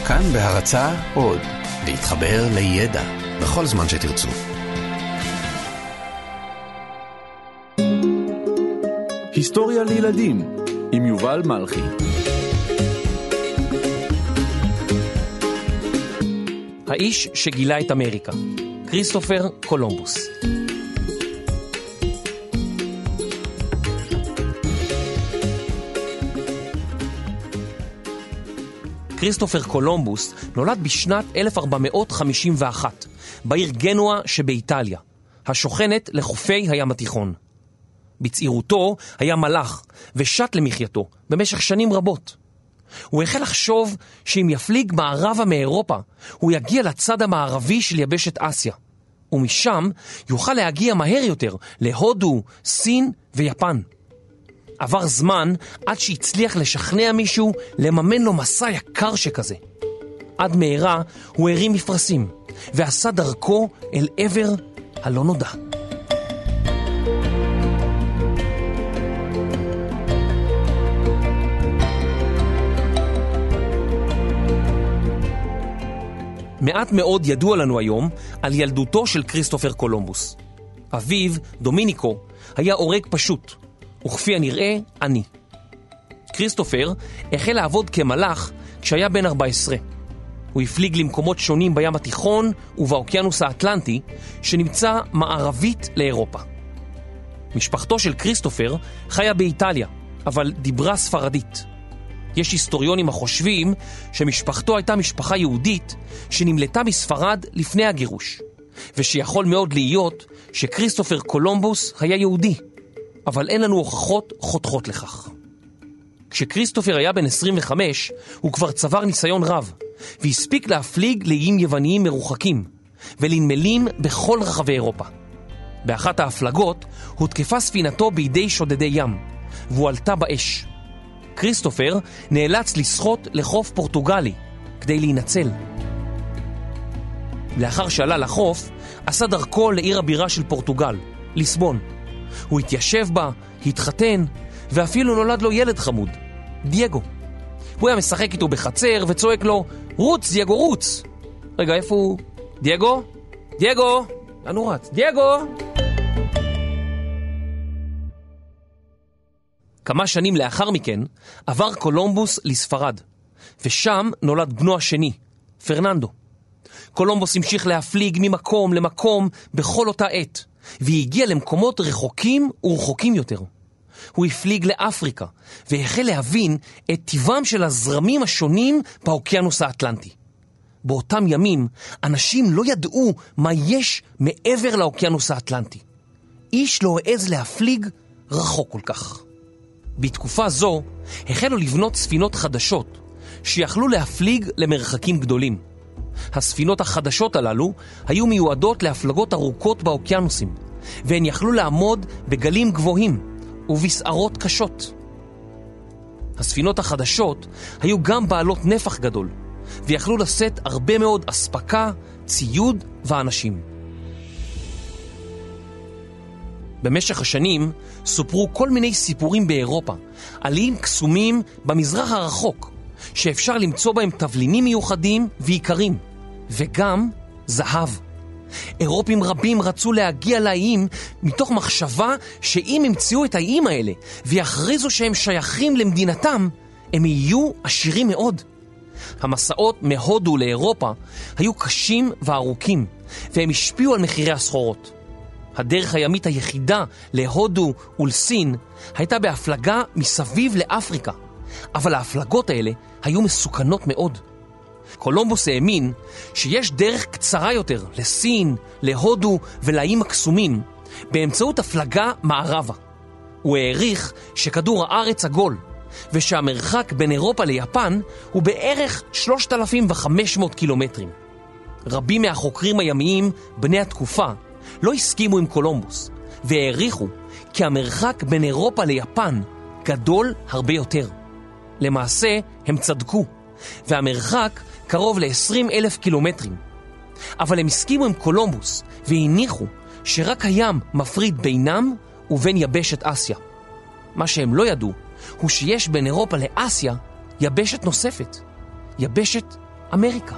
כאן בהרצאה עוד, להתחבר לידע בכל זמן שתרצו. היסטוריה לילדים עם יובל מלכי. האיש שגילה את אמריקה, כריסטופר קולומבוס. כריסטופר קולומבוס נולד בשנת 1451 בעיר גנואה שבאיטליה, השוכנת לחופי הים התיכון. בצעירותו היה מלאך ושט למחייתו במשך שנים רבות. הוא החל לחשוב שאם יפליג מערבה מאירופה, הוא יגיע לצד המערבי של יבשת אסיה, ומשם יוכל להגיע מהר יותר להודו, סין ויפן. עבר זמן עד שהצליח לשכנע מישהו לממן לו מסע יקר שכזה. עד מהרה הוא הרים מפרשים ועשה דרכו אל עבר הלא נודע. מעט מאוד ידוע לנו היום על ילדותו של כריסטופר קולומבוס. אביו, דומיניקו, היה אורג פשוט, וכפי הנראה, עני. כריסטופר החל לעבוד כמלאך כשהיה בן 14. הוא הפליג למקומות שונים בים התיכון ובאוקיינוס האטלנטי, שנמצא מערבית לאירופה. משפחתו של כריסטופר חיה באיטליה, אבל דיברה ספרדית. יש היסטוריונים החושבים שמשפחתו הייתה משפחה יהודית שנמלטה מספרד לפני הגירוש, ושיכול מאוד להיות שכריסטופר קולומבוס היה יהודי, אבל אין לנו הוכחות חותכות לכך. כשכריסטופר היה בן 25, הוא כבר צבר ניסיון רב, והספיק להפליג לאיים יווניים מרוחקים, ולנמלים בכל רחבי אירופה. באחת ההפלגות הותקפה ספינתו בידי שודדי ים, והוא עלתה באש. כריסטופר נאלץ לשחות לחוף פורטוגלי כדי להינצל. לאחר שעלה לחוף, עשה דרכו לעיר הבירה של פורטוגל, ליסבון. הוא התיישב בה, התחתן, ואפילו נולד לו ילד חמוד, דייגו. הוא היה משחק איתו בחצר וצועק לו, רוץ, דייגו, רוץ. רגע, איפה הוא? דייגו? דייגו? לאן הוא רץ? דייגו? כמה שנים לאחר מכן עבר קולומבוס לספרד, ושם נולד בנו השני, פרננדו. קולומבוס המשיך להפליג ממקום למקום בכל אותה עת, והגיע למקומות רחוקים ורחוקים יותר. הוא הפליג לאפריקה, והחל להבין את טבעם של הזרמים השונים באוקיינוס האטלנטי. באותם ימים, אנשים לא ידעו מה יש מעבר לאוקיינוס האטלנטי. איש לא העז להפליג רחוק כל כך. בתקופה זו החלו לבנות ספינות חדשות שיכלו להפליג למרחקים גדולים. הספינות החדשות הללו היו מיועדות להפלגות ארוכות באוקיינוסים, והן יכלו לעמוד בגלים גבוהים ובסערות קשות. הספינות החדשות היו גם בעלות נפח גדול, ויכלו לשאת הרבה מאוד אספקה, ציוד ואנשים. במשך השנים סופרו כל מיני סיפורים באירופה על איים קסומים במזרח הרחוק, שאפשר למצוא בהם תבלינים מיוחדים ויקרים, וגם זהב. אירופים רבים רצו להגיע לאיים מתוך מחשבה שאם ימצאו את האיים האלה ויכריזו שהם שייכים למדינתם, הם יהיו עשירים מאוד. המסעות מהודו לאירופה היו קשים וארוכים, והם השפיעו על מחירי הסחורות. הדרך הימית היחידה להודו ולסין הייתה בהפלגה מסביב לאפריקה, אבל ההפלגות האלה היו מסוכנות מאוד. קולומבוס האמין שיש דרך קצרה יותר לסין, להודו ולאיים הקסומים באמצעות הפלגה מערבה. הוא העריך שכדור הארץ עגול, ושהמרחק בין אירופה ליפן הוא בערך 3,500 קילומטרים. רבים מהחוקרים הימיים בני התקופה לא הסכימו עם קולומבוס, והעריכו כי המרחק בין אירופה ליפן גדול הרבה יותר. למעשה הם צדקו, והמרחק קרוב ל-20,000 קילומטרים. אבל הם הסכימו עם קולומבוס והניחו שרק הים מפריד בינם ובין יבשת אסיה. מה שהם לא ידעו הוא שיש בין אירופה לאסיה יבשת נוספת, יבשת אמריקה.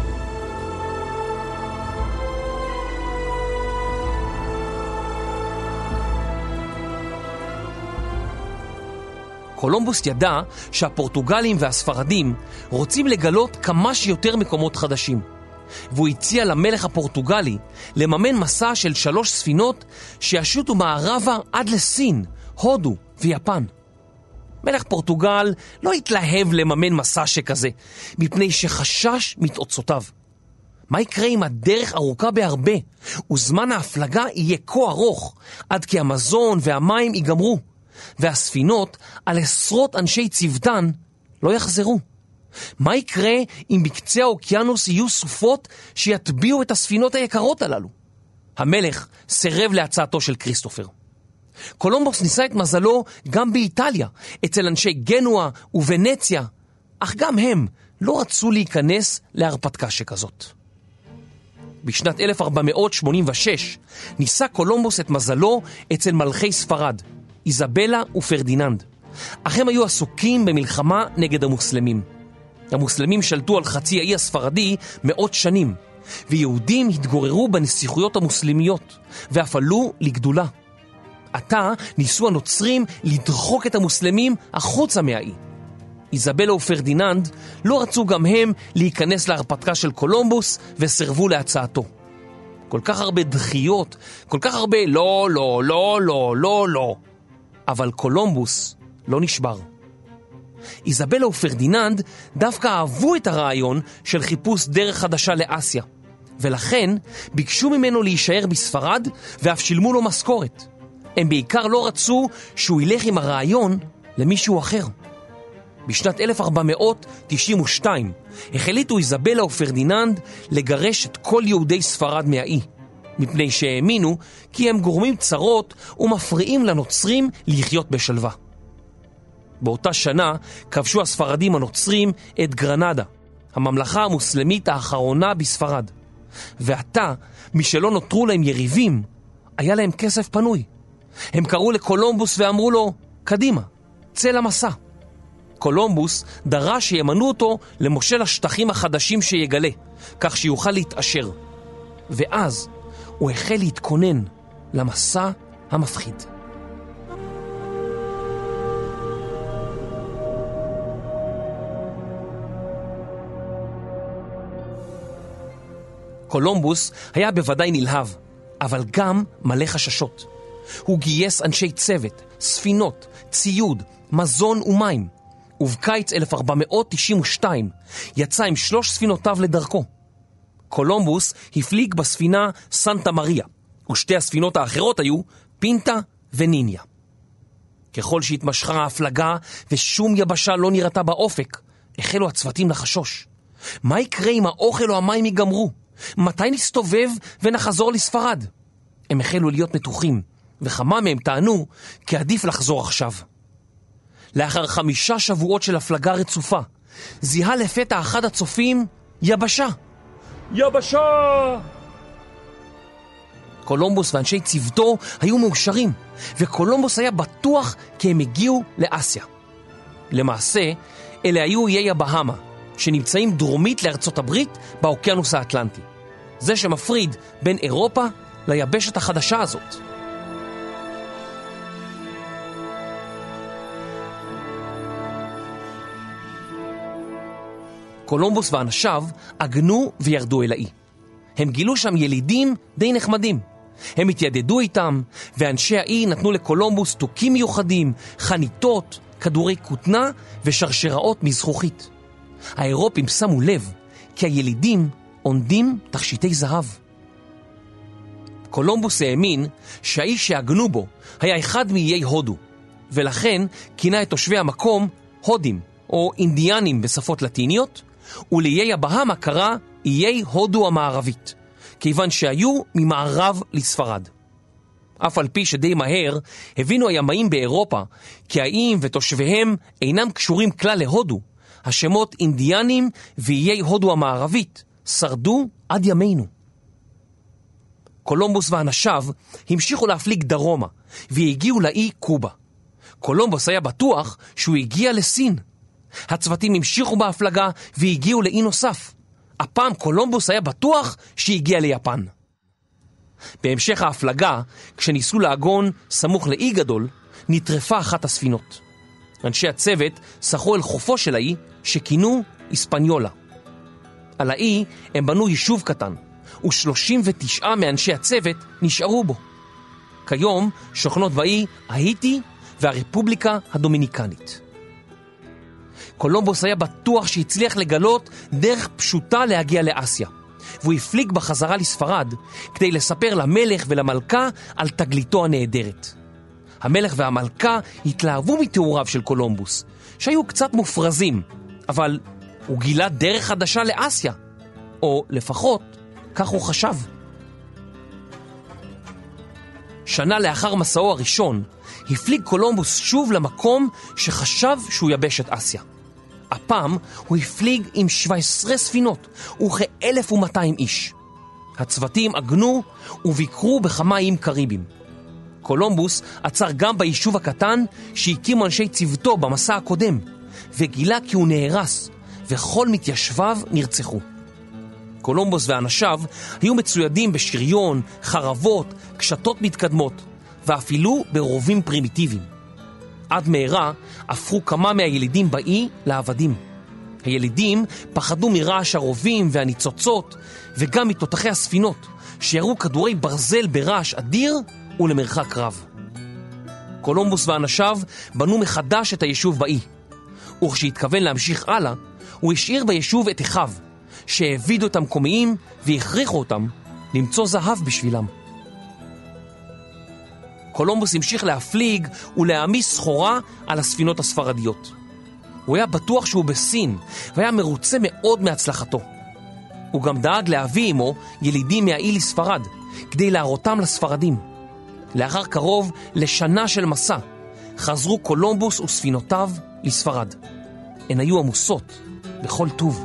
קולומבוס ידע שהפורטוגלים והספרדים רוצים לגלות כמה שיותר מקומות חדשים, והוא הציע למלך הפורטוגלי לממן מסע של 3 ספינות שישוטו מערבה עד לסין, הודו ויפן. מלך פורטוגל לא התלהב לממן מסע שכזה, מפני שחשש מתוצאותיו. מה יקרה אם הדרך ארוכה בהרבה, וזמן ההפלגה יהיה כה ארוך, עד כי המזון והמים ייגמרו, והספינות על עשרות אנשי צוותן לא יחזרו? מה יקרה אם בקצה האוקיינוס יהיו סופות שיטביעו את הספינות היקרות הללו? המלך סירב להצעתו של כריסטופר. קולומבוס ניסה את מזלו גם באיטליה, אצל אנשי גנואה וונציה, אך גם הם לא רצו להיכנס להרפתקה שכזאת. בשנת 1486 ניסה קולומבוס את מזלו אצל מלכי ספרד, איזבלה ופרדיננד, אך הם היו עסוקים במלחמה נגד המוסלמים. המוסלמים שלטו על חצי האי הספרדי 100 שנים, ויהודים התגוררו בנסיכויות המוסלמיות, ואף עלו לגדולה. עתה ניסו הנוצרים לדחוק את המוסלמים החוצה מהאי. איזבלה ופרדיננד לא רצו גם הם להיכנס להרפתקה של קולומבוס וסרבו להצעתו. כל כך הרבה דחיות, כל כך הרבה לא, לא, לא, לא, לא, לא. אבל קולומבוס לא נשבר. איזבלה ופרדיננד דווקא אהבו את הרעיון של חיפוש דרך חדשה לאסיה, ולכן ביקשו ממנו להישאר בספרד ואף שילמו לו משכורת. הם בעיקר לא רצו שהוא ילך עם הרעיון למישהו אחר. בשנת 1492 החליטו איזבלה ופרדיננד לגרש את כל יהודי ספרד מהאי, מפני שהאמינו כי הם גורמים צרות ומפריעים לנוצרים לחיות בשלווה. באותה שנה כבשו הספרדים הנוצרים את גרנדה, הממלכה המוסלמית האחרונה בספרד. ועתה, משלא נותרו להם יריבים, היה להם כסף פנוי. הם קראו לקולומבוס ואמרו לו, קדימה, צא למסע. קולומבוס דרש שימנו אותו למושל השטחים החדשים שיגלה, כך שיוכל להתעשר. ואז הוא החל להתכונן למסע המפחיד. קולומבוס היה בוודאי נלהב, אבל גם מלא חששות. הוא גייס אנשי צוות, ספינות, ציוד, מזון ומים. ובקיץ 1492 יצא עם 3 ספינותיו לדרכו. קולומבוס הפליג בספינה סנטה מריה, ושתי הספינות האחרות היו פינטה וניניה. ככל שהתמשכה ההפלגה ושום יבשה לא נראתה באופק, החלו הצוותים לחשוש. מה יקרה אם האוכל או המים ייגמרו? מתי נסתובב ונחזור לספרד? הם החלו להיות מתוחים, וכמה מהם טענו כי עדיף לחזור עכשיו. לאחר 5 שבועות של הפלגה רצופה, זיהה לפתע אחד הצופים יבשה. יבשה! קולומבוס ואנשי צוותו היו מאושרים, וקולומבוס היה בטוח כי הם הגיעו לאסיה. למעשה, אלה היו איי הבהמה, שנמצאים דרומית לארצות הברית באוקיינוס האטלנטי. זה שמפריד בין אירופה ליבשת החדשה הזאת. קולומבוס ואנשיו עגנו וירדו אל האי. הם גילו שם ילידים די נחמדים. הם התיידדו איתם, ואנשי האי נתנו לקולומבוס תוקים מיוחדים, חניתות, כדורי כותנה ושרשראות מזכוכית. האירופים שמו לב כי הילידים עונדים תכשיטי זהב. קולומבוס האמין שהאי שעגנו בו היה אחד מאיי הודו, ולכן כינה את תושבי המקום הודים או אינדיאנים בשפות לטיניות, ולאיי הבהמה קרא איי הודו המערבית, כיוון שהיו ממערב לספרד. אף על פי שדי מהר הבינו הימאים באירופה כי האיים ותושביהם אינם קשורים כלל להודו, השמות אינדיאנים ואיי הודו המערבית שרדו עד ימינו. קולומבוס ואנשיו המשיכו להפליג דרומה והגיעו לאי קובה. קולומבוס היה בטוח שהוא הגיע לסין. הצוותים המשיכו בהפלגה והגיעו לאי נוסף, הפעם קולומבוס היה בטוח שהגיע ליפן. בהמשך ההפלגה, כשניסו לעגון סמוך לאי גדול, נטרפה אחת הספינות. אנשי הצוות שחו אל חופו של האי שכינו היספניולה. על האי הם בנו יישוב קטן, ו39 מאנשי הצוות נשארו בו. כיום שוכנות באי ההיטי והרפובליקה הדומיניקנית. קולומבוס היה בטוח שהצליח לגלות דרך פשוטה להגיע לאסיה, והוא הפליג בחזרה לספרד כדי לספר למלך ולמלכה על תגליתו הנהדרת. המלך והמלכה התלהבו מתיאוריו של קולומבוס, שהיו קצת מופרזים, אבל הוא גילה דרך חדשה לאסיה, או לפחות כך הוא חשב. שנה לאחר מסעו הראשון, הפליג קולומבוס שוב למקום שחשב שהוא יבש את אסיה. הפעם הוא הפליג עם 17 ספינות וכ-1,200 איש. הצוותים עגנו וביקרו בכמה איים קריביים. קולומבוס עצר גם ביישוב הקטן שהקימו אנשי צוותו במסע הקודם, וגילה כי הוא נהרס, וכל מתיישביו נרצחו. קולומבוס ואנשיו היו מצוידים בשריון, חרבות, קשתות מתקדמות, ואפילו ברובים פרימיטיביים. עד מהרה הפכו כמה מהילידים באי לעבדים. הילידים פחדו מרעש הרובים והניצוצות, וגם מתותחי הספינות, שירו כדורי ברזל ברעש אדיר ולמרחק רב. קולומבוס ואנשיו בנו מחדש את היישוב באי, וכשהתכוון להמשיך הלאה, הוא השאיר ביישוב את אחיו, שהעבידו את המקומיים והכריחו אותם למצוא זהב בשבילם. קולומבוס המשיך להפליג ולהעמיס סחורה על הספינות הספרדיות. הוא היה בטוח שהוא בסין, והיה מרוצה מאוד מהצלחתו. הוא גם דאג להביא עמו ילידים מהאי לספרד, כדי להראותם לספרדים. לאחר קרוב לשנה של מסע, חזרו קולומבוס וספינותיו לספרד. הן היו עמוסות בכל טוב.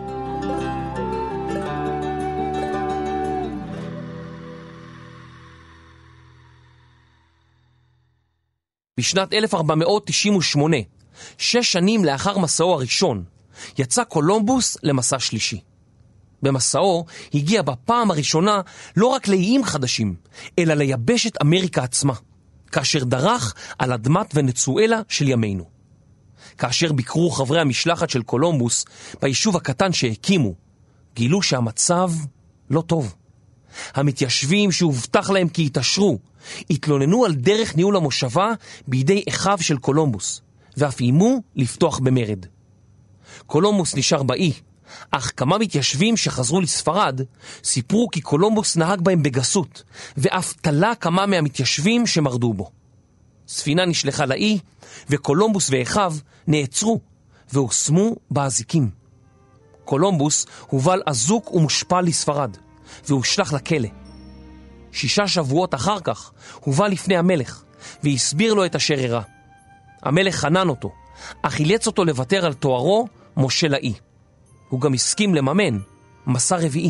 בשנת 1498, 6 שנים לאחר מסעו הראשון, יצא קולומבוס למסע שלישי. במסעו הגיע בפעם הראשונה לא רק לאיים חדשים, אלא ליבשת אמריקה עצמה, כאשר דרך על אדמת ונצואלה של ימינו. כאשר ביקרו חברי המשלחת של קולומבוס ביישוב הקטן שהקימו, גילו שהמצב לא טוב. המתיישבים שהובטח להם כי יתעשרו, התלוננו על דרך ניהול המושבה בידי אחיו של קולומבוס, ואף איימו לפתוח במרד. קולומבוס נשאר באי, אך כמה מתיישבים שחזרו לספרד סיפרו כי קולומבוס נהג בהם בגסות, ואף תלה כמה מהמתיישבים שמרדו בו. ספינה נשלחה לאי, וקולומבוס ואחיו נעצרו והושמו באזיקים. קולומבוס הובל אזוק ומושפל לספרד, והושלח לכלא. 6 שבועות אחר כך הובא לפני המלך, והסביר לו את אשר אירע. המלך חנן אותו, אך אילץ אותו לוותר על תוארו מושל האי. הוא גם הסכים לממן מסע רביעי.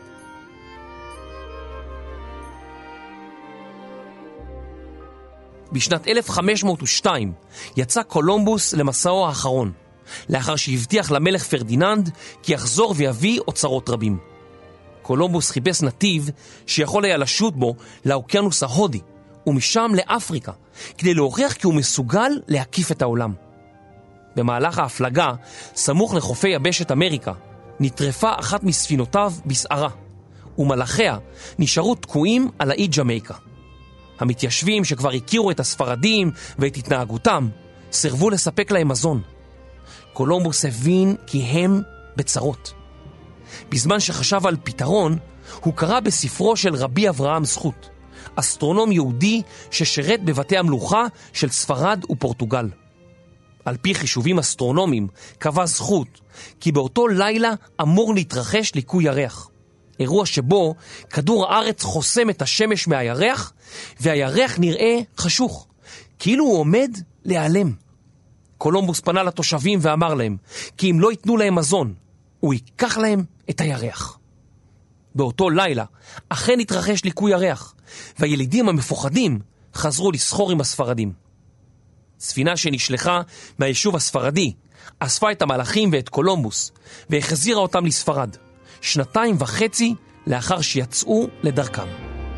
בשנת 1502 יצא קולומבוס למסעו האחרון, לאחר שהבטיח למלך פרדיננד כי יחזור ויביא אוצרות רבים. קולומבוס חיפש נתיב שיכול היה לשוט בו לאוקיינוס ההודי, ומשם לאפריקה, כדי להוכיח כי הוא מסוגל להקיף את העולם. במהלך ההפלגה, סמוך לחופי יבשת אמריקה, נטרפה אחת מספינותיו בסערה, ומלאכיה נשארו תקועים על האי ג'מייקה. המתיישבים שכבר הכירו את הספרדים ואת התנהגותם, סירבו לספק להם מזון. קולומבוס הבין כי הם בצרות. בזמן שחשב על פתרון, הוא קרא בספרו של רבי אברהם זכות, אסטרונום יהודי ששירת בבתי המלוכה של ספרד ופורטוגל. על פי חישובים אסטרונומיים קבע זכות כי באותו לילה אמור להתרחש ליקוי ירח, אירוע שבו כדור הארץ חוסם את השמש מהירח, והירח נראה חשוך, כאילו הוא עומד להיעלם. קולומבוס פנה לתושבים ואמר להם כי אם לא ייתנו להם מזון, הוא ייקח להם את הירח. באותו לילה אכן התרחש ליקוי ירח, והילידים המפוחדים חזרו לסחור עם הספרדים. ספינה שנשלחה מהיישוב הספרדי אספה את המלאכים ואת קולומבוס והחזירה אותם לספרד, 2.5 לאחר שיצאו לדרכם.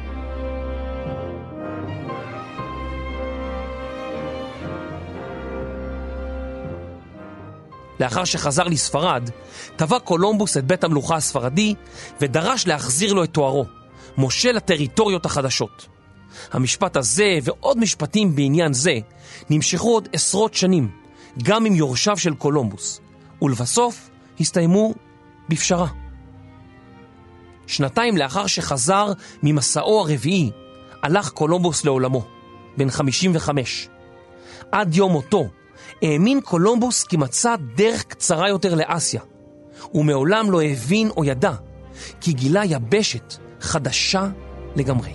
לאחר שחזר לספרד, תבע קולומבוס את בית המלוכה הספרדי ודרש להחזיר לו את תוארו, מושל הטריטוריות החדשות. המשפט הזה ועוד משפטים בעניין זה נמשכו עוד עשרות שנים, גם עם יורשיו של קולומבוס, ולבסוף הסתיימו בפשרה. 2 לאחר שחזר ממסעו הרביעי, הלך קולומבוס לעולמו, בן 55. עד יום מותו, האמין קולומבוס כי מצא דרך קצרה יותר לאסיה, ומעולם לא הבין או ידע כי גילה יבשת חדשה לגמרי.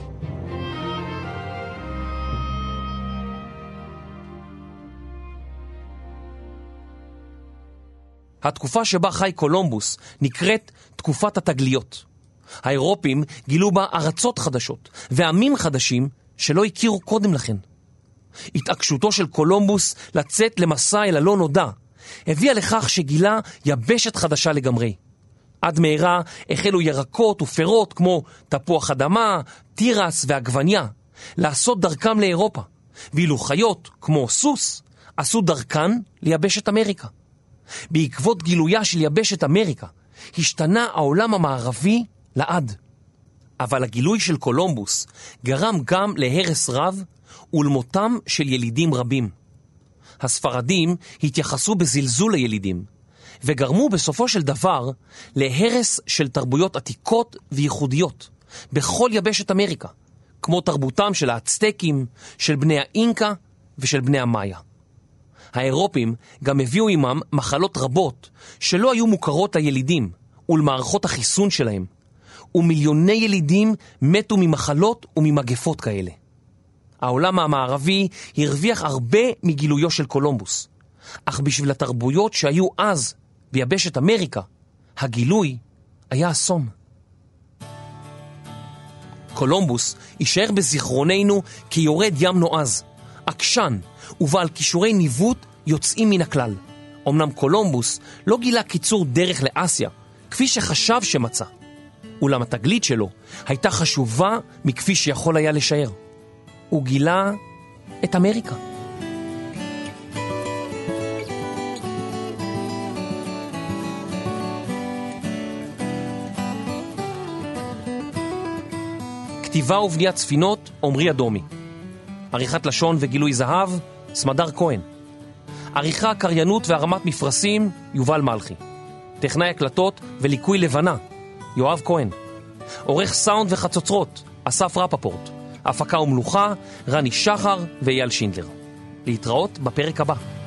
התקופה שבה חי קולומבוס נקראת תקופת התגליות. האירופים גילו בה ארצות חדשות ועמים חדשים שלא הכירו קודם לכן. התעקשותו של קולומבוס לצאת למסע אל הלא נודע הביאה לכך שגילה יבשת חדשה לגמרי. עד מהרה החלו ירקות ופירות כמו תפוח אדמה, תירס ועגבניה לעשות דרכם לאירופה, ואילו חיות כמו סוס עשו דרכן ליבשת אמריקה. בעקבות גילויה של יבשת אמריקה השתנה העולם המערבי לעד. אבל הגילוי של קולומבוס גרם גם להרס רב ולמותם של ילידים רבים. הספרדים התייחסו בזלזול לילידים, וגרמו בסופו של דבר להרס של תרבויות עתיקות וייחודיות בכל יבשת אמריקה, כמו תרבותם של האצטקים, של בני האינקה ושל בני המאיה. האירופים גם הביאו עמם מחלות רבות שלא היו מוכרות לילידים ולמערכות החיסון שלהם, ומיליוני ילידים מתו ממחלות וממגפות כאלה. העולם המערבי הרוויח הרבה מגילויו של קולומבוס, אך בשביל התרבויות שהיו אז ביבשת אמריקה, הגילוי היה אסון. קולומבוס יישאר בזיכרוננו כיורד ים נועז, עקשן ובעל כישורי ניווט יוצאים מן הכלל. אמנם קולומבוס לא גילה קיצור דרך לאסיה, כפי שחשב שמצא, אולם התגלית שלו הייתה חשובה מכפי שיכול היה לשער. הוא גילה את אמריקה. כתיבה ובניית ספינות, עומרי אדומי. עריכת לשון וגילוי זהב, סמדר כהן. עריכה, קריינות והרמת מפרסים, יובל מלכי. טכנאי הקלטות וליקוי לבנה, יואב כהן. עורך סאונד וחצוצרות, אסף רפפורט. הפקה ומלוכה, רני שחר ואייל שינדלר. להתראות בפרק הבא.